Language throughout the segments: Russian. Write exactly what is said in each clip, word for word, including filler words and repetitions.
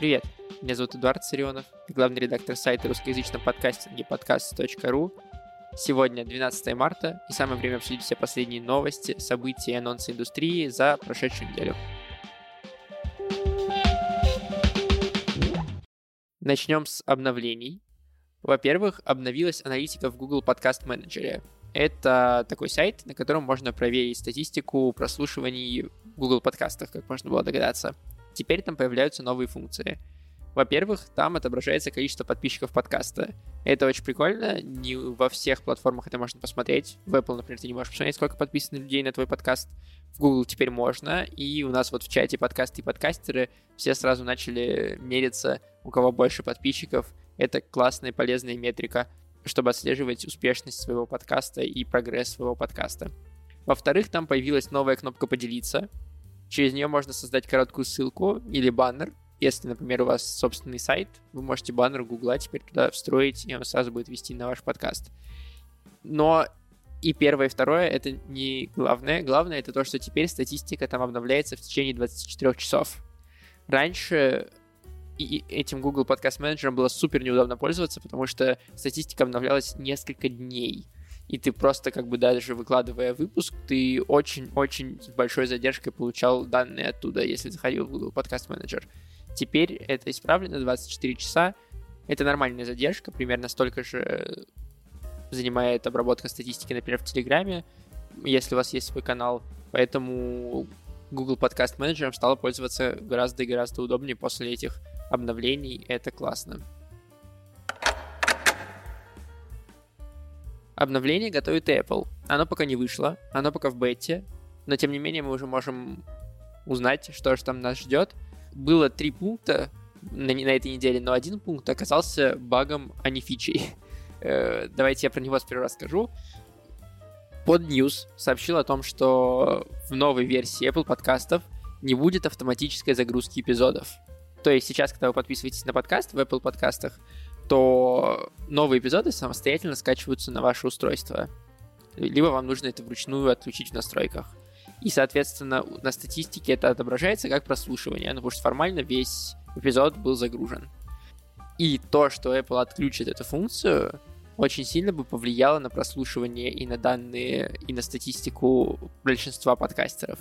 Привет, меня зовут Эдуард Царионов, главный редактор сайта русскоязычного подкастинга подкаст точка ру. Сегодня двенадцатое марта, и самое время обсудить все последние новости, события и анонсы индустрии за прошедшую неделю. Начнем с обновлений. Во-первых, обновилась аналитика в Google Podcast Manager. Это такой сайт, на котором можно проверить статистику прослушиваний в Google подкастах, как можно было догадаться. Теперь там появляются новые функции. Во-первых, там отображается количество подписчиков подкаста. Это очень прикольно, не во всех платформах это можно посмотреть. В Apple, например, ты не можешь посмотреть, сколько подписано людей на твой подкаст. В Google теперь можно, и у нас вот в чате подкасты и подкастеры все сразу начали мериться, у кого больше подписчиков. Это классная и полезная метрика, чтобы отслеживать успешность своего подкаста и прогресс своего подкаста. Во-вторых, там появилась новая кнопка «Поделиться». Через нее можно создать короткую ссылку или баннер. Если, например, у вас собственный сайт, вы можете баннер Гугла теперь туда встроить, и он сразу будет вести на ваш подкаст. Но и первое, и второе — это не главное. Главное — это то, что теперь статистика там обновляется в течение двадцати четырёх часов. Раньше и этим Google Podcast Manager было супер неудобно пользоваться, потому что статистика обновлялась несколько дней. И ты просто, как бы, даже выкладывая выпуск, ты очень-очень с большой задержкой получал данные оттуда, если заходил в Google Podcast Manager. Теперь это исправлено, двадцать четыре часа. Это нормальная задержка, примерно столько же занимает обработка статистики, например, в Телеграме, если у вас есть свой канал. Поэтому Google Podcast Manager стало пользоваться гораздо и гораздо удобнее после этих обновлений. Это классно. Обновление готовит Apple. Оно пока не вышло, оно пока в бете, но тем не менее мы уже можем узнать, что же там нас ждет. Было три пункта на, на этой неделе, но один пункт оказался багом, а не фичей. Э, давайте я про него сперва расскажу. PodNews сообщил о том, что в новой версии Apple подкастов не будет автоматической загрузки эпизодов. То есть сейчас, когда вы подписываетесь на подкаст в Apple подкастах, то новые эпизоды самостоятельно скачиваются на ваше устройство. Либо вам нужно это вручную отключить в настройках. И, соответственно, на статистике это отображается как прослушивание, ну, потому что формально весь эпизод был загружен. И то, что Apple отключит эту функцию, очень сильно бы повлияло на прослушивание и на данные, и на статистику большинства подкастеров.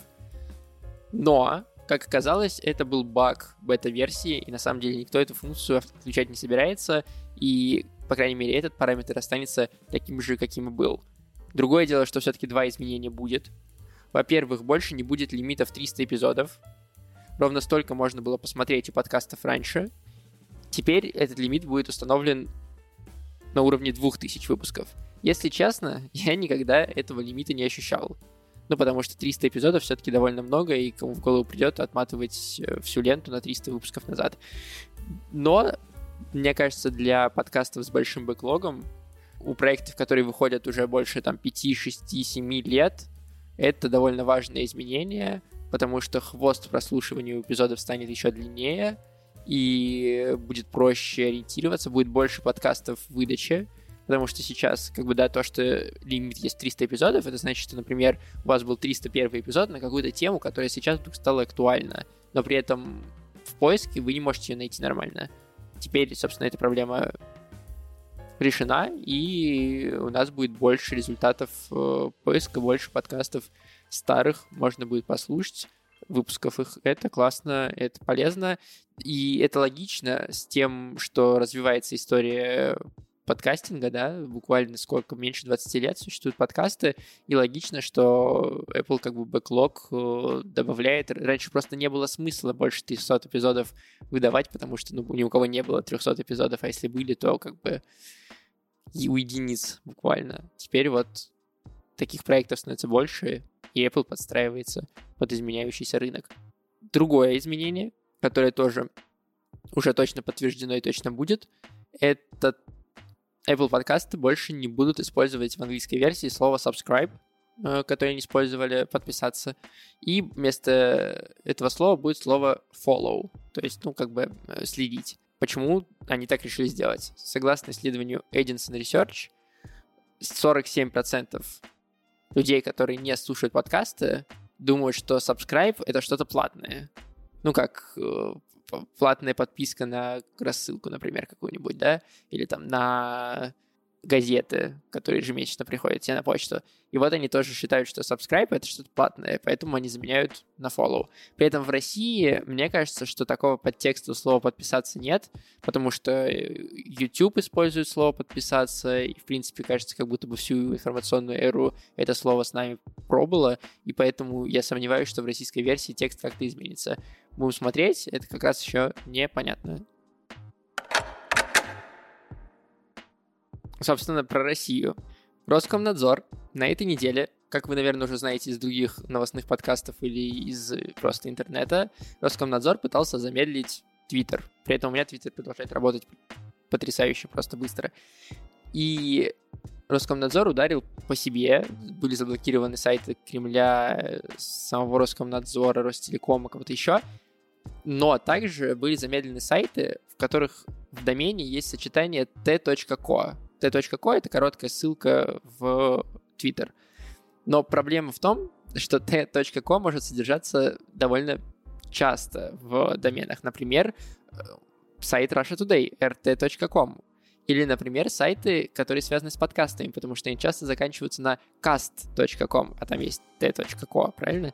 Но, как оказалось, это был баг бета-версии, и на самом деле никто эту функцию отключать не собирается, и, по крайней мере, этот параметр останется таким же, каким и был. Другое дело, что все-таки два изменения будет. Во-первых, больше не будет лимитов триста эпизодов. Ровно столько можно было посмотреть у подкастов раньше. Теперь этот лимит будет установлен на уровне двух тысяч выпусков. Если честно, я никогда этого лимита не ощущал. Ну, потому что триста эпизодов все-таки довольно много, и кому в голову придет отматывать всю ленту на триста выпусков назад. Но, мне кажется, для подкастов с большим бэклогом, у проектов, которые выходят уже больше там пять, шесть, семь лет, это довольно важное изменение, потому что хвост прослушивания у эпизодов станет еще длиннее, и будет проще ориентироваться, будет больше подкастов в выдаче. Потому что сейчас, как бы, да, то, что лимит есть триста эпизодов, это значит, что, например, у вас был триста первый эпизод на какую-то тему, которая сейчас вдруг стала актуальна, но при этом в поиске вы не можете ее найти нормально. Теперь, собственно, эта проблема решена, и у нас будет больше результатов э, поиска, больше подкастов старых можно будет послушать, выпусков их. Это классно, это полезно, и это логично с тем, что развивается история подкастинга, да, буквально сколько, меньше двадцати лет существуют подкасты, и логично, что Apple как бы бэклог добавляет. Раньше просто не было смысла больше трехсот эпизодов выдавать, потому что, ну, ни у кого не было трехсот эпизодов, а если были, то как бы и у единиц буквально. Теперь вот таких проектов становится больше, и Apple подстраивается под изменяющийся рынок. Другое изменение, которое тоже уже точно подтверждено и точно будет, это Apple подкасты больше не будут использовать в английской версии слово subscribe, которое они использовали, подписаться, и вместо этого слова будет слово follow, то есть, ну, как бы следить. Почему они так решили сделать? Согласно исследованию Edison Research, сорок семь процентов людей, которые не слушают подкасты, думают, что subscribe — это что-то платное. Ну, как платная подписка на рассылку, например, какую-нибудь, да, или там на газеты, которые ежемесячно приходят тебе на почту. И вот они тоже считают, что subscribe — это что-то платное, поэтому они заменяют на follow. При этом в России, мне кажется, что такого подтекста у слова «подписаться» нет, потому что YouTube использует слово «подписаться», и, в принципе, кажется, как будто бы всю информационную эру это слово с нами пробыло, и поэтому я сомневаюсь, что в российской версии текст как-то изменится. Будем смотреть, это как раз еще непонятно. Собственно, про Россию. Роскомнадзор на этой неделе, как вы, наверное, уже знаете из других новостных подкастов или из просто интернета, Роскомнадзор пытался замедлить Твиттер. При этом у меня Твиттер продолжает работать потрясающе, просто быстро. И Роскомнадзор ударил по себе. Были заблокированы сайты Кремля, самого Роскомнадзора, Ростелекома, кого-то еще. Но также были замедлены сайты, в которых в домене есть сочетание t.co. t.co — это короткая ссылка в Twitter. Но проблема в том, что t.co может содержаться довольно часто в доменах. Например, сайт Russia Today, эр тэ точка ком. Или, например, сайты, которые связаны с подкастами, потому что они часто заканчиваются на cast точка ком, а там есть t.co, правильно?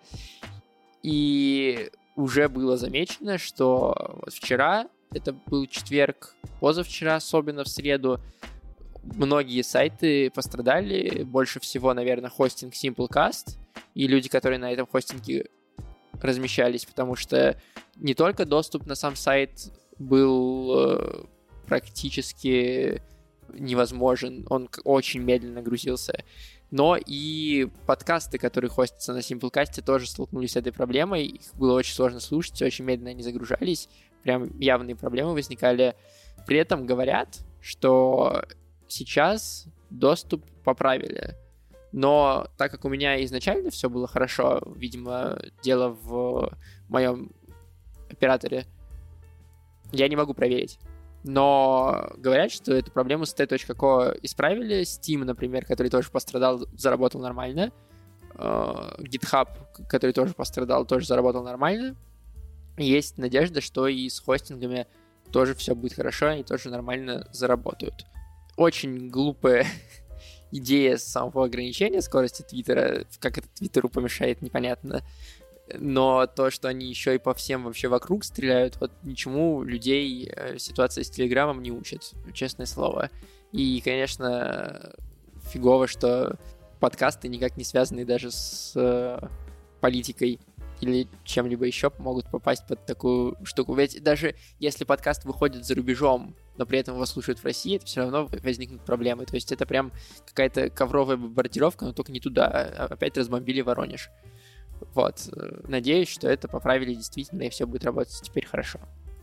И уже было замечено, что вот вчера, это был четверг, позавчера, особенно в среду, многие сайты пострадали. Больше всего, наверное, хостинг Simplecast и люди, которые на этом хостинге размещались, потому что не только доступ на сам сайт был э, практически невозможен, он очень медленно грузился, но и подкасты, которые хостятся на Simplecast, тоже столкнулись с этой проблемой. Их было очень сложно слушать, очень медленно они загружались, прям явные проблемы возникали. При этом говорят, что сейчас доступ поправили. Но так как у меня изначально все было хорошо, видимо, дело в моем операторе, я не могу проверить. Но говорят, что эту проблему с t.co исправили. Steam, например, который тоже пострадал, заработал нормально. GitHub, который тоже пострадал, тоже заработал нормально. Есть надежда, что и с хостингами тоже все будет хорошо, они тоже нормально заработают. Очень глупая идея самого ограничения скорости Твиттера. Как это Твиттеру помешает, непонятно. Но то, что они еще и по всем вообще вокруг стреляют, вот ничему людей ситуация с Телеграмом не учит, честное слово. И, конечно, фигово, что подкасты, никак не связанные даже с э, политикой или чем-либо еще, могут попасть под такую штуку. Ведь даже если подкаст выходит за рубежом, но при этом его слушают в России, это все равно возникнут проблемы. То есть это прям какая-то ковровая бомбардировка, но только не туда. Опять разбомбили Воронеж. Вот. Надеюсь, что это поправили действительно, и все будет работать теперь хорошо.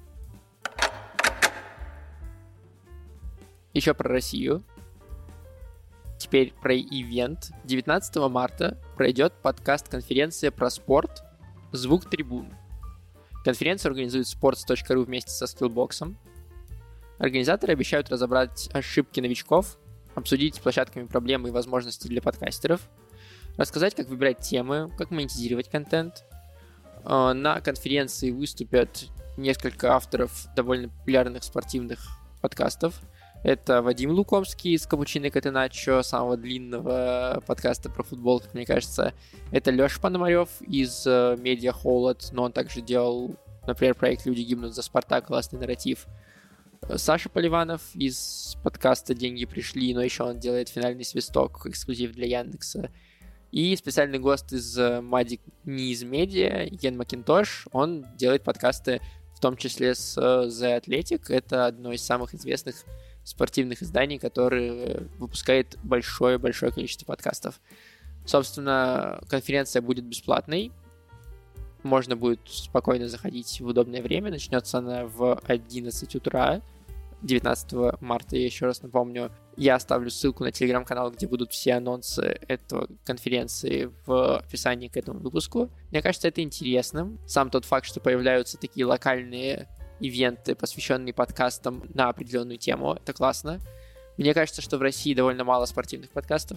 Еще про Россию. Теперь про ивент. девятнадцатого марта пройдет подкаст-конференция про спорт «Звук трибун». Конференцию организует sports точка ru вместе со Skillbox. Организаторы обещают разобрать ошибки новичков, обсудить с площадками проблемы и возможности для подкастеров, рассказать, как выбирать темы, как монетизировать контент. На конференции выступят несколько авторов довольно популярных спортивных подкастов. Это Вадим Лукомский из «Капучино Катеначо», самого длинного подкаста про футбол, как мне кажется. Это Леша Пономарев из «Медиа Холод», но он также делал, например, проект «Люди гибнут за Спартак», классный нарратив. Саша Поливанов из подкаста «Деньги пришли», но еще он делает «Финальный свисток», эксклюзив для Яндекса. И специальный гость из Мади, не из медиа, Йен Макинтош, он делает подкасты в том числе с The Athletic. Это одно из самых известных спортивных изданий, которое выпускает большое-большое количество подкастов. Собственно, конференция будет бесплатной. Можно будет спокойно заходить в удобное время. Начнется она в одиннадцать утра. девятнадцатого марта, я еще раз напомню. Я оставлю ссылку на телеграм-канал, где будут все анонсы этого конференции в описании к этому выпуску. Мне кажется, это интересным. Сам тот факт, что появляются такие локальные ивенты, посвященные подкастам на определенную тему, это классно. Мне кажется, что в России довольно мало спортивных подкастов.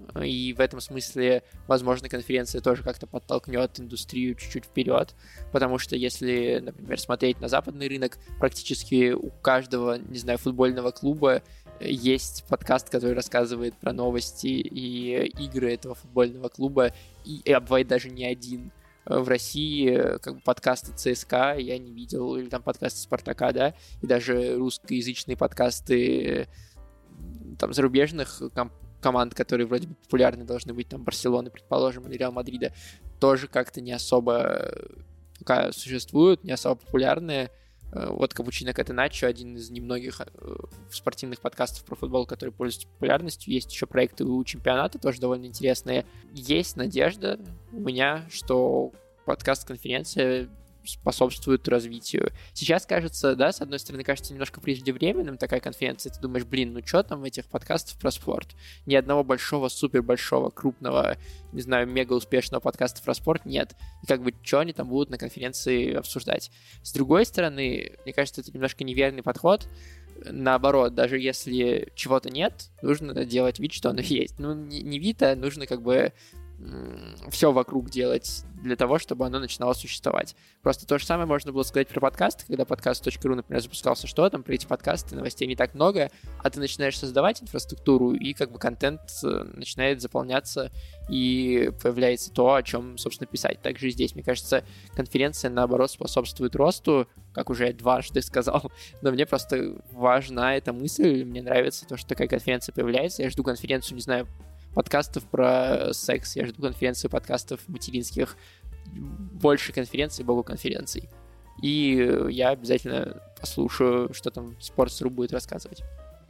и в этом смысле, возможно, конференция тоже как-то подтолкнет индустрию чуть-чуть вперед, потому что если, например, смотреть на западный рынок, практически у каждого, не знаю, футбольного клуба есть подкаст, который рассказывает про новости и игры этого футбольного клуба, и, и бывает даже не один. В России как бы подкасты ЦСКА я не видел, или там подкасты Спартака, да, и даже русскоязычные подкасты там зарубежных ком- команд, которые вроде бы популярны должны быть, там Барселоны, предположим, или Реал Мадрида, тоже как-то не особо пока существуют, не особо популярные. Вот Капучино Катеначо, один из немногих спортивных подкастов про футбол, который пользуется популярностью. Есть еще проекты у чемпионата, тоже довольно интересные. Есть надежда у меня, что подкаст-конференция способствует развитию. Сейчас кажется, да, с одной стороны, кажется немножко преждевременным такая конференция. Ты думаешь, блин, ну что там этих подкастов про спорт? Ни одного большого, супер большого, крупного, не знаю, мега успешного подкаста про спорт нет. И как бы, что они там будут на конференции обсуждать? С другой стороны, мне кажется, это немножко неверный подход. Наоборот, даже если чего-то нет, нужно делать вид, что оно есть. Ну, не, не вид, а нужно как бы все вокруг делать для того, чтобы оно начинало существовать. Просто то же самое можно было сказать про подкасты, когда подкаст точка ру, например, запускался, что там, про эти подкасты, новостей не так много, а ты начинаешь создавать инфраструктуру, и как бы контент начинает заполняться, и появляется то, о чем, собственно, писать. Также и здесь, мне кажется, конференция, наоборот, способствует росту, как уже я дважды сказал, но мне просто важна эта мысль, мне нравится то, что такая конференция появляется, я жду конференцию, не знаю, подкастов про секс, я жду конференции подкастов материнских, больше конференций, богу конференций. И я обязательно послушаю, что там Sports.ru будет рассказывать.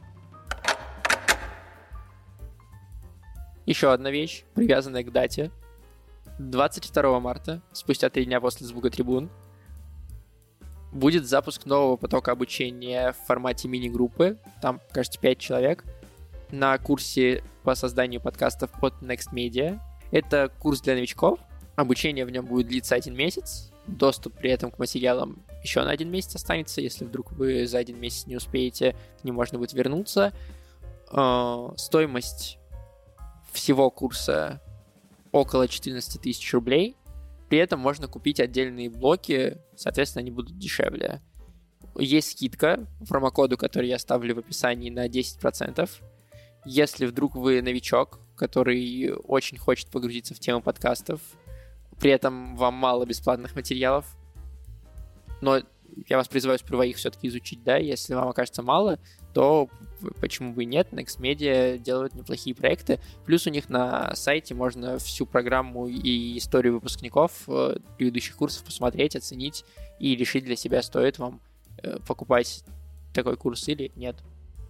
Еще одна вещь, привязанная к дате. двадцать второго марта, спустя три дня после звука трибун, будет запуск нового потока обучения в формате мини-группы. Там, кажется, пять человек. На курсе по созданию подкастов от Next Media. Это курс для новичков. Обучение в нем будет длиться один месяц. Доступ при этом к материалам еще на один месяц останется. Если вдруг вы за один месяц не успеете, к ним можно будет вернуться. Стоимость всего курса около четырнадцать тысяч рублей. При этом можно купить отдельные блоки, соответственно, они будут дешевле. Есть скидка по промокоду, который я оставлю в описании, на десять процентов. Если вдруг вы новичок, который очень хочет погрузиться в тему подкастов, при этом вам мало бесплатных материалов, но я вас призываю сперва их все-таки изучить, да, если вам окажется мало, то почему бы и нет, Next Media делают неплохие проекты, плюс у них на сайте можно всю программу и историю выпускников предыдущих курсов посмотреть, оценить и решить для себя, стоит вам покупать такой курс или нет.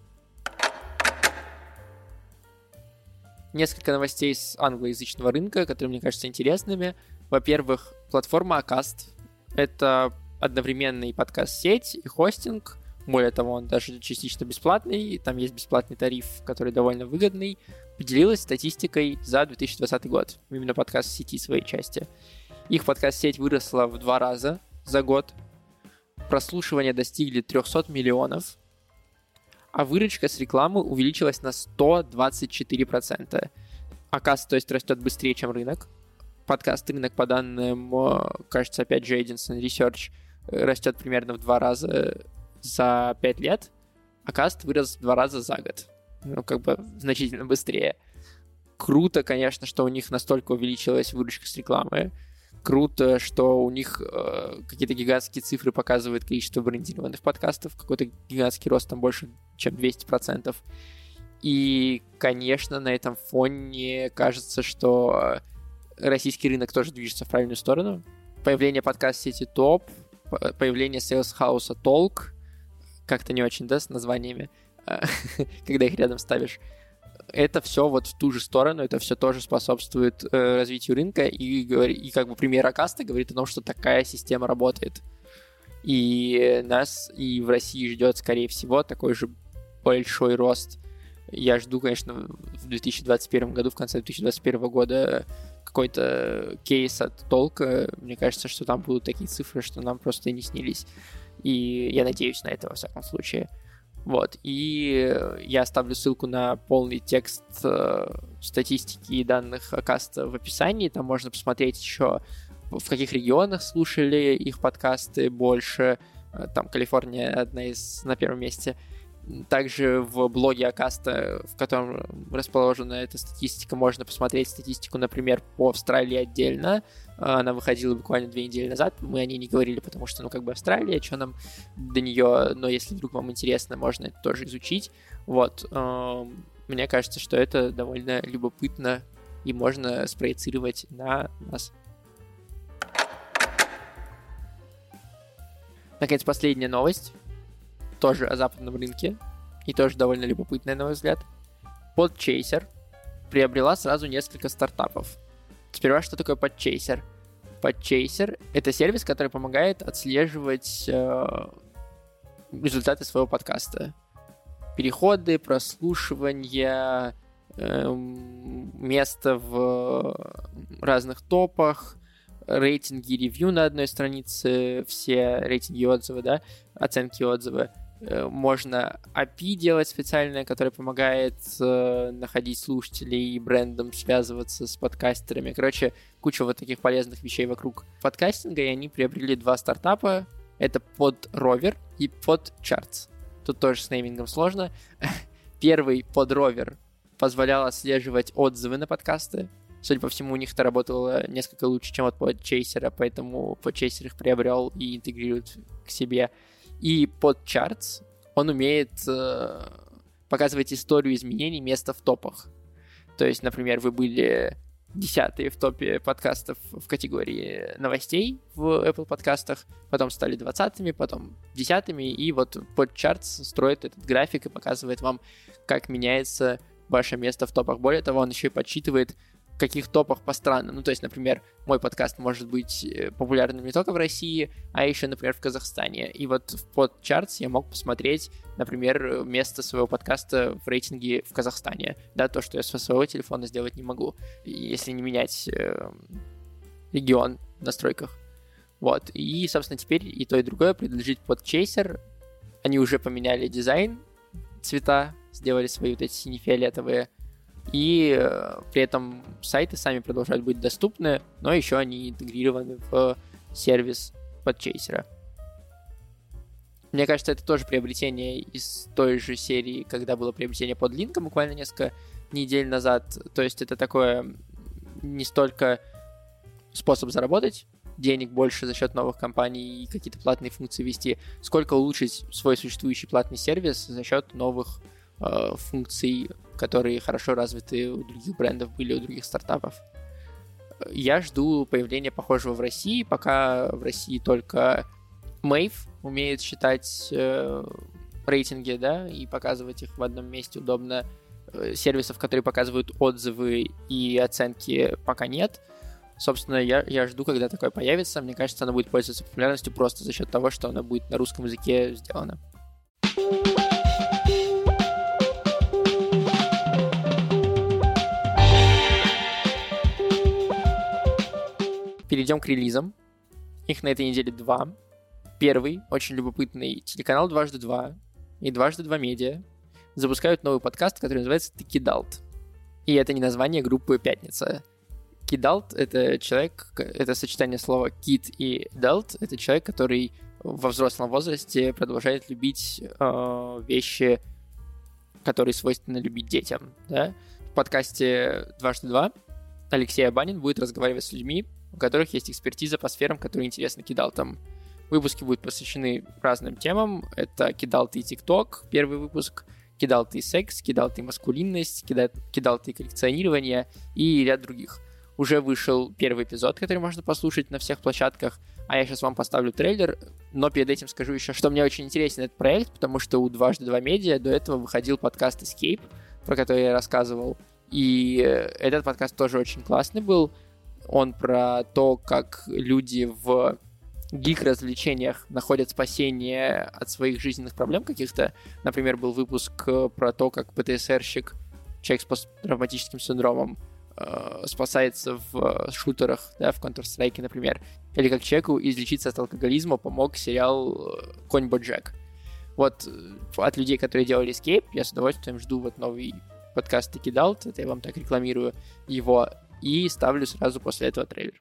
Несколько новостей с англоязычного рынка, которые мне кажутся интересными. Во-первых, платформа Acast. Это одновременный подкаст-сеть и хостинг. Более того, он даже частично бесплатный. Там есть бесплатный тариф, который довольно выгодный. Поделилась статистикой за две тысячи двадцатый год. Именно подкаст-сети своей части. Их подкаст-сеть выросла в два раза за год. Прослушивания достигли триста миллионов. А выручка с рекламы увеличилась на сто двадцать четыре процента. Acast, то есть, растет быстрее, чем рынок. Подкаст-рынок, по данным, кажется, опять же, Edison Research, растет примерно в два раза за пять лет. Acast вырос в два раза за год. Ну, как бы значительно быстрее. Круто, конечно, что у них настолько увеличилась выручка с рекламы. Круто, что у них э, какие-то гигантские цифры показывают количество брендированных подкастов, какой-то гигантский рост, там больше, чем двести процентов. И, конечно, на этом фоне кажется, что российский рынок тоже движется в правильную сторону. Появление подкаст-сети Топ, появление Sales House Talk, как-то не очень, да, с названиями, когда их рядом ставишь. Это все вот в ту же сторону, это все тоже способствует э, развитию рынка, и, и как бы пример Акаста говорит о том, что такая система работает. И нас и в России ждет, скорее всего, такой же большой рост. Я жду, конечно, в две тысячи двадцать первом году, в конце две тысячи двадцать первого года какой-то кейс от Толка. Мне кажется, что там будут такие цифры, что нам просто и не снились. И я надеюсь на это, во всяком случае. Вот, и я оставлю ссылку на полный текст э, статистики и данных Акаста в описании. Там можно посмотреть еще, в каких регионах слушали их подкасты больше. Там Калифорния одна из на первом месте. Также в блоге Акаста, в котором расположена эта статистика, можно посмотреть статистику, например, по Австралии отдельно. Она выходила буквально две недели назад. Мы о ней не говорили, потому что, ну, как бы Австралия, что нам до нее... Но если вдруг вам интересно, можно это тоже изучить. Вот. Мне кажется, что это довольно любопытно и можно спроецировать на нас. Наконец, последняя новость. Тоже о западном рынке. И тоже довольно любопытная, на мой взгляд. Podchaser приобрела сразу несколько стартапов. Сперва, что такое Podchaser? Podchaser — это сервис, который помогает отслеживать э, результаты своего подкаста. Переходы, прослушивания, э, место в разных топах, рейтинги и ревью на одной странице, все рейтинги и отзывы, да, оценки и отзывы. Можно эй пи и делать специальное, которое помогает э, находить слушателей и брендам связываться с подкастерами. Короче, куча вот таких полезных вещей вокруг подкастинга, и они приобрели два стартапа. Это Podrover и Podcharts. Тут тоже с неймингом сложно. Первый, Podrover, позволял отслеживать отзывы на подкасты. Судя по всему, у них это работало несколько лучше, чем от Podchaser, поэтому Podchaser их приобрел и интегрирует к себе. И Podcharts, он умеет э, показывать историю изменений места в топах. То есть, например, вы были десятые в топе подкастов в категории новостей в Apple подкастах, потом стали двадцатыми, потом десятыми, и вот Podcharts строит этот график и показывает вам, как меняется ваше место в топах. Более того, он еще и подсчитывает, в каких топах по странам. Ну, то есть, например, мой подкаст может быть популярным не только в России, а еще, например, в Казахстане. И вот в Podcharts я мог посмотреть, например, место своего подкаста в рейтинге в Казахстане. Да, то, что я со своего телефона сделать не могу, если не менять э, регион в настройках. Вот. И, собственно, теперь и то, и другое принадлежит Podchaser. Они уже поменяли дизайн, цвета, сделали свои вот эти сине-фиолетовые. И э, при этом сайты сами продолжают быть доступны, но еще они интегрированы в сервис Podchaser. Мне кажется, это тоже приобретение из той же серии, когда было приобретение Podlink буквально несколько недель назад. То есть это такое не столько способ заработать денег больше за счет новых компаний и какие-то платные функции вести, сколько улучшить свой существующий платный сервис за счет новых э, функций, которые хорошо развиты у других брендов были, у других стартапов. Я жду появления похожего в России, пока в России только Мэйв умеет считать э, рейтинги, да, и показывать их в одном месте удобно. Э, сервисов, которые показывают отзывы и оценки, пока нет. Собственно, я, я жду, когда такое появится. Мне кажется, оно будет пользоваться популярностью просто за счет того, что оно будет на русском языке сделано. Перейдем к релизам. Их на этой неделе два. Первый, очень любопытный, телеканал «Дважды два» и «Дважды два Медиа» запускают новый подкаст, который называется «Ты кидалт». И это не название группы «Пятница». Кидалт — это человек, это сочетание слова кид и далт, это человек, который во взрослом возрасте продолжает любить э, вещи, которые свойственно любить детям. Да? В подкасте «Дважды два» Алексей Абанин будет разговаривать с людьми, у которых есть экспертиза по сферам, которые интересны кидалтам. Выпуски будут посвящены разным темам. Это кидалты и ТикТок, первый выпуск, кидалты и секс, кидалты и маскулинность, кидалты и коллекционирование и ряд других. Уже вышел первый эпизод, который можно послушать на всех площадках, а я сейчас вам поставлю трейлер, но перед этим скажу еще, что мне очень интересен этот проект, потому что у «Дважды два Медиа» до этого выходил подкаст Escape, про который я рассказывал, и этот подкаст тоже очень классный был. Он про то, как люди в гик-развлечениях находят спасение от своих жизненных проблем каких-то. Например, был выпуск про то, как ПТСРщик, человек с посттравматическим синдромом, э, спасается в шутерах, да, в Counter-Strike, например. Или как человеку излечиться от алкоголизма помог сериал «Конь Боджек». Вот от людей, которые делали Escape, я с удовольствием жду вот новый подкаст Таки Далт, это я вам так рекламирую его, и ставлю сразу после этого трейлер.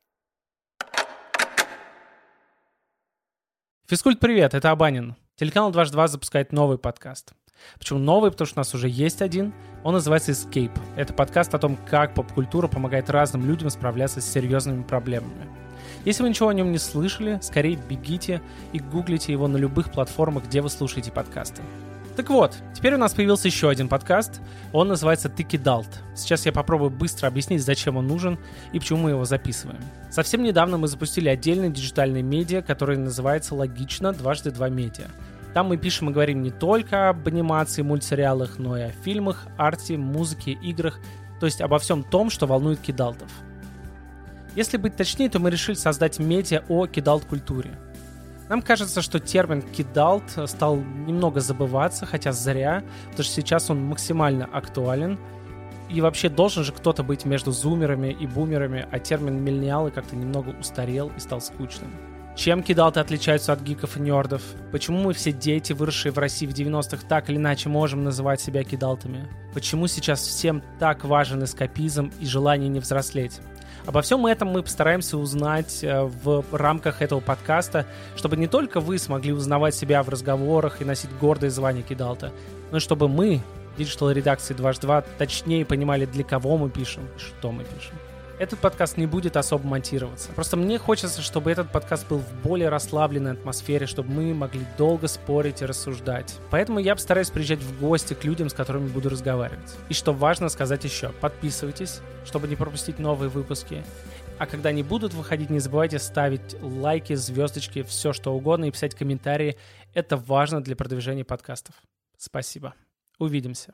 Физкульт, привет, это Абанин. Телеканал дважды два запускает новый подкаст. Почему новый? Потому что у нас уже есть один. Он называется Escape. Это подкаст о том, как поп-культура помогает разным людям справляться с серьезными проблемами. Если вы ничего о нем не слышали, скорее бегите и гуглите его на любых платформах, где вы слушаете подкасты. Так вот, теперь у нас появился еще один подкаст. Он называется Таки Далт. Сейчас я попробую быстро объяснить, зачем он нужен и почему мы его записываем. Совсем недавно мы запустили отдельный диджитальный медиа, который называется логично дважды два медиа. Там мы пишем и говорим не только об анимации, мультсериалах, но и о фильмах, арте, музыке, играх, то есть обо всем том, что волнует кидалтов. Если быть точнее, то мы решили создать медиа о кидалт-культуре. Нам кажется, что термин «кидалт» стал немного забываться, хотя зря, потому что сейчас он максимально актуален. И вообще должен же кто-то быть между зумерами и бумерами, а термин «миллениалы» как-то немного устарел и стал скучным. Чем кидалты отличаются от гиков и нердов? Почему мы все дети, выросшие в России в девяностых, так или иначе можем называть себя кидалтами? Почему сейчас всем так важен эскапизм и желание не взрослеть? Обо всем этом мы постараемся узнать в рамках этого подкаста, чтобы не только вы смогли узнавать себя в разговорах и носить гордое звание кидалта, но и чтобы мы, диджитал-редакции дважды два, точнее понимали, для кого мы пишем и что мы пишем. Этот подкаст не будет особо монтироваться. Просто мне хочется, чтобы этот подкаст был в более расслабленной атмосфере, чтобы мы могли долго спорить и рассуждать. Поэтому я постараюсь приезжать в гости к людям, с которыми буду разговаривать. И что важно сказать еще, подписывайтесь, чтобы не пропустить новые выпуски. А когда они будут выходить, не забывайте ставить лайки, звездочки, все что угодно и писать комментарии. Это важно для продвижения подкастов. Спасибо. Увидимся.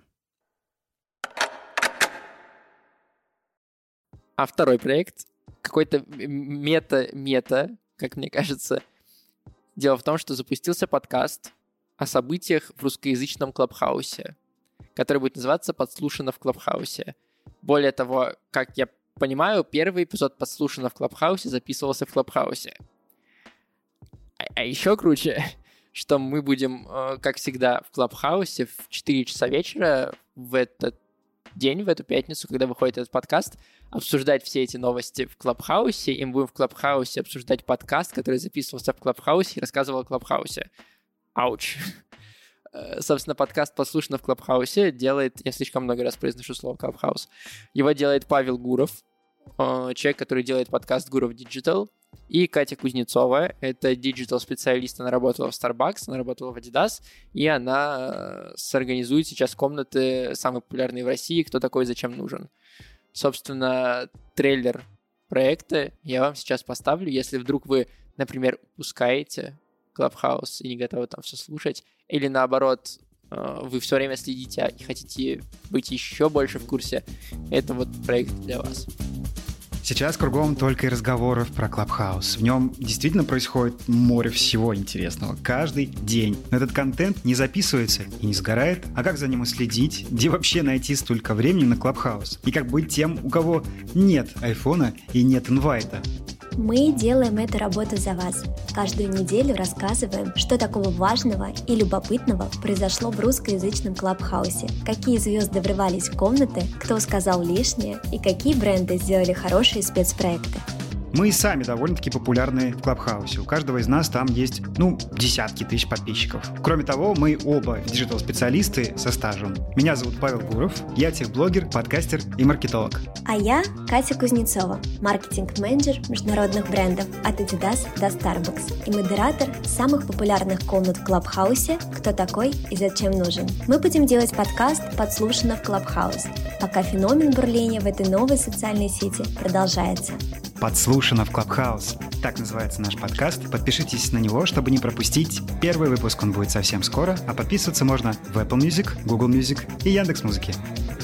А второй проект, какой-то мета-мета, как мне кажется. Дело в том, что запустился подкаст о событиях в русскоязычном Клабхаусе, который будет называться «Подслушано в Клабхаусе». Более того, как я понимаю, первый эпизод «Подслушано в Клабхаусе» записывался в Клабхаусе. А, а еще круче, что мы будем, как всегда, в Клабхаусе в четыре часа вечера в этот день, в эту пятницу, когда выходит этот подкаст, обсуждать все эти новости в Клабхаусе, и мы будем в Клабхаусе обсуждать подкаст, который записывался в Клабхаусе и рассказывал о Клабхаусе. Ауч. Собственно, подкаст «Подслушано в Клабхаусе» делает... Я слишком много раз произношу слово «Клабхаус». Его делает Павел Гуров, человек, который делает подкаст «Гуров Digital», и Катя Кузнецова. Это диджитал-специалист, она работала в Starbucks, она работала в Adidas, и она сорганизует сейчас комнаты, самые популярные в России, «Кто такой, зачем нужен». Собственно, трейлер проекта я вам сейчас поставлю. Если вдруг вы, например, упускаете Clubhouse и не готовы там все слушать, или наоборот, вы все время следите и хотите быть еще больше в курсе, это вот проект для вас. Сейчас кругом только и разговоров про Clubhouse. В нем действительно происходит море всего интересного. Каждый день. Но этот контент не записывается и не сгорает. А как за ним следить? Где вообще найти столько времени на Clubhouse? И как быть тем, у кого нет айфона и нет инвайта? Мы делаем эту работу за вас. Каждую неделю рассказываем, что такого важного и любопытного произошло в русскоязычном Клабхаусе, какие звезды врывались в комнаты, кто сказал лишнее и какие бренды сделали хорошие спецпроекты. Мы и сами довольно-таки популярны в Клабхаусе. У каждого из нас там есть, ну, десятки тысяч подписчиков. Кроме того, мы оба диджитал-специалисты со стажем. Меня зовут Павел Гуров, я техблогер, подкастер и маркетолог. А я Катя Кузнецова, маркетинг-менеджер международных брендов от Adidas до Starbucks и модератор самых популярных комнат в Клабхаусе «Кто такой и зачем нужен?». Мы будем делать подкаст «Подслушано в Клабхаус», пока феномен бурления в этой новой социальной сети продолжается. «Подслушано в Clubhouse». Так называется наш подкаст. Подпишитесь на него, чтобы не пропустить первый выпуск. Он будет совсем скоро, а подписываться можно в Apple Music, Google Music и Яндекс.Музыке.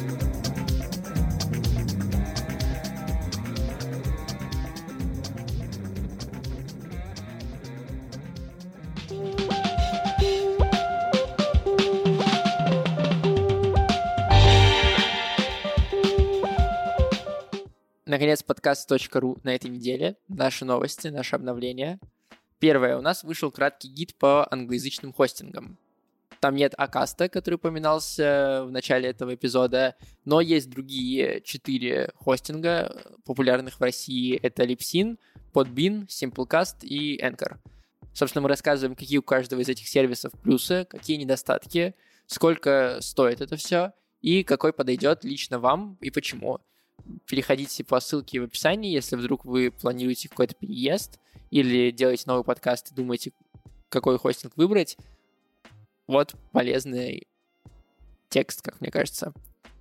Наконец, подкаст точка ру на этой неделе. Наши новости, наши обновления. Первое. У нас вышел краткий гид по англоязычным хостингам. Там нет Акаста, который упоминался в начале этого эпизода, но есть другие четыре хостинга, популярных в России. Это Libsyn, Podbean, Simplecast и Anchor. Собственно, мы рассказываем, какие у каждого из этих сервисов плюсы, какие недостатки, сколько стоит это все и какой подойдет лично вам и почему. Переходите по ссылке в описании, если вдруг вы планируете какой-то переезд или делаете новый подкаст и думаете, какой хостинг выбрать. Вот полезный текст, как мне кажется.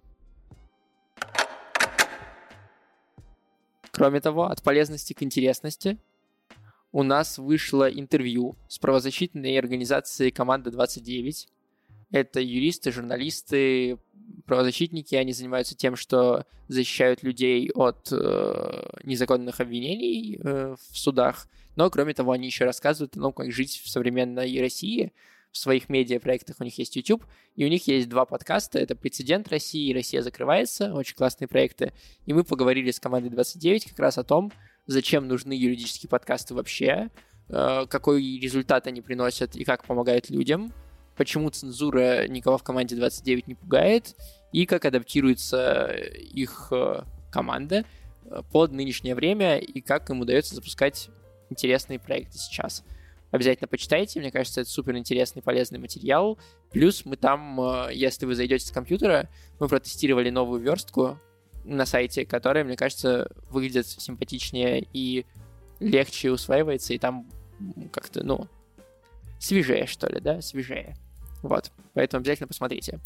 Кроме того, от полезности к интересности у нас вышло интервью с правозащитной организацией «Команда двадцать девять». Это юристы, журналисты, правозащитники. Они занимаются тем, что защищают людей от э, незаконных обвинений э, в судах. Но, кроме того, они еще рассказывают о том, как жить в современной России. В своих медиапроектах у них есть YouTube, и у них есть два подкаста. Это «Прецедент России» и «Россия закрывается». Очень классные проекты. И мы поговорили с командой двадцать девять как раз о том, зачем нужны юридические подкасты вообще, э, какой результат они приносят и как помогают людям, почему цензура никого в команде двадцать девять не пугает, и как адаптируется их э, команда под нынешнее время, и как им удается запускать интересные проекты сейчас. Обязательно почитайте, мне кажется, это супер интересный, полезный материал. Плюс мы там, если вы зайдете с компьютера, мы протестировали новую верстку на сайте, которая, мне кажется, выглядит симпатичнее и легче усваивается, и там как-то, ну, свежее, что ли, да, свежее. Вот, поэтому обязательно посмотрите.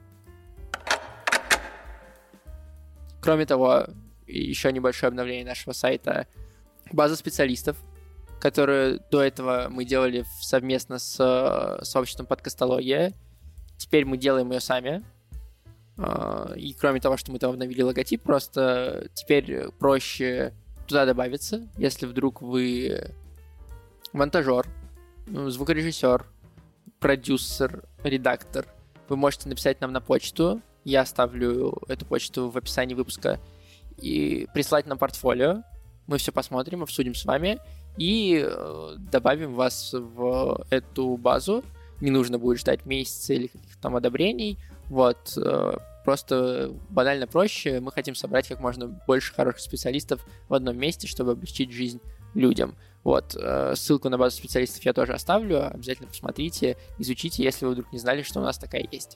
Кроме того, еще небольшое обновление нашего сайта. База специалистов, которую до этого мы делали совместно с сообществом подкастология. Теперь мы делаем ее сами. И кроме того, что мы там обновили логотип, просто теперь проще туда добавиться, если вдруг вы монтажер, звукорежиссер, продюсер, редактор. Вы можете написать нам на почту. Я оставлю эту почту в описании выпуска. И прислать нам портфолио. Мы все посмотрим, обсудим с вами. И э, добавим вас в эту базу. Не нужно будет ждать месяца или каких-то там одобрений. Вот. Э, просто банально проще. Мы хотим собрать как можно больше хороших специалистов в одном месте, чтобы облегчить жизнь людям. Вот. Э, ссылку на базу специалистов я тоже оставлю. Обязательно посмотрите, изучите, если вы вдруг не знали, что у нас такая есть.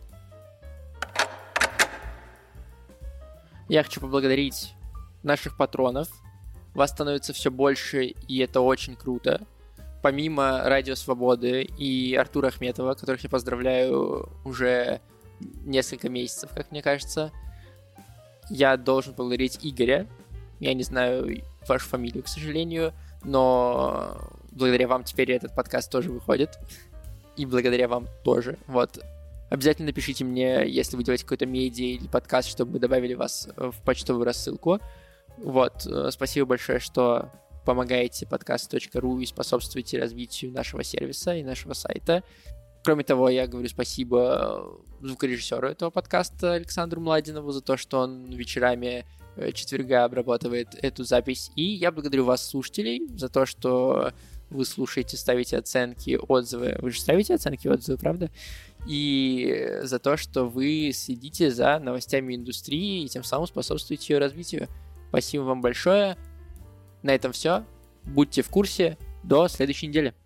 Я хочу поблагодарить наших патронов. Вас становится все больше, и это очень круто. Помимо Радио Свободы и Артура Ахметова, которых я поздравляю уже несколько месяцев, как мне кажется, я должен поблагодарить Игоря. Я не знаю вашу фамилию, к сожалению, но благодаря вам теперь этот подкаст тоже выходит. И благодаря вам тоже. Вот. Обязательно напишите мне, если вы делаете какой-то медиа или подкаст, чтобы мы добавили вас в почтовую рассылку. Вот, спасибо большое, что помогаете подкаст точка ру и способствуете развитию нашего сервиса и нашего сайта. Кроме того, я говорю спасибо звукорежиссеру этого подкаста Александру Младинову за то, что он вечерами четверга обрабатывает эту запись. И я благодарю вас, слушателей, за то, что вы слушаете, ставите оценки, отзывы. Вы же ставите оценки, отзывы, правда? И за то, что вы следите за новостями индустрии и тем самым способствуете ее развитию. Спасибо вам большое. На этом все. Будьте в курсе. До следующей недели.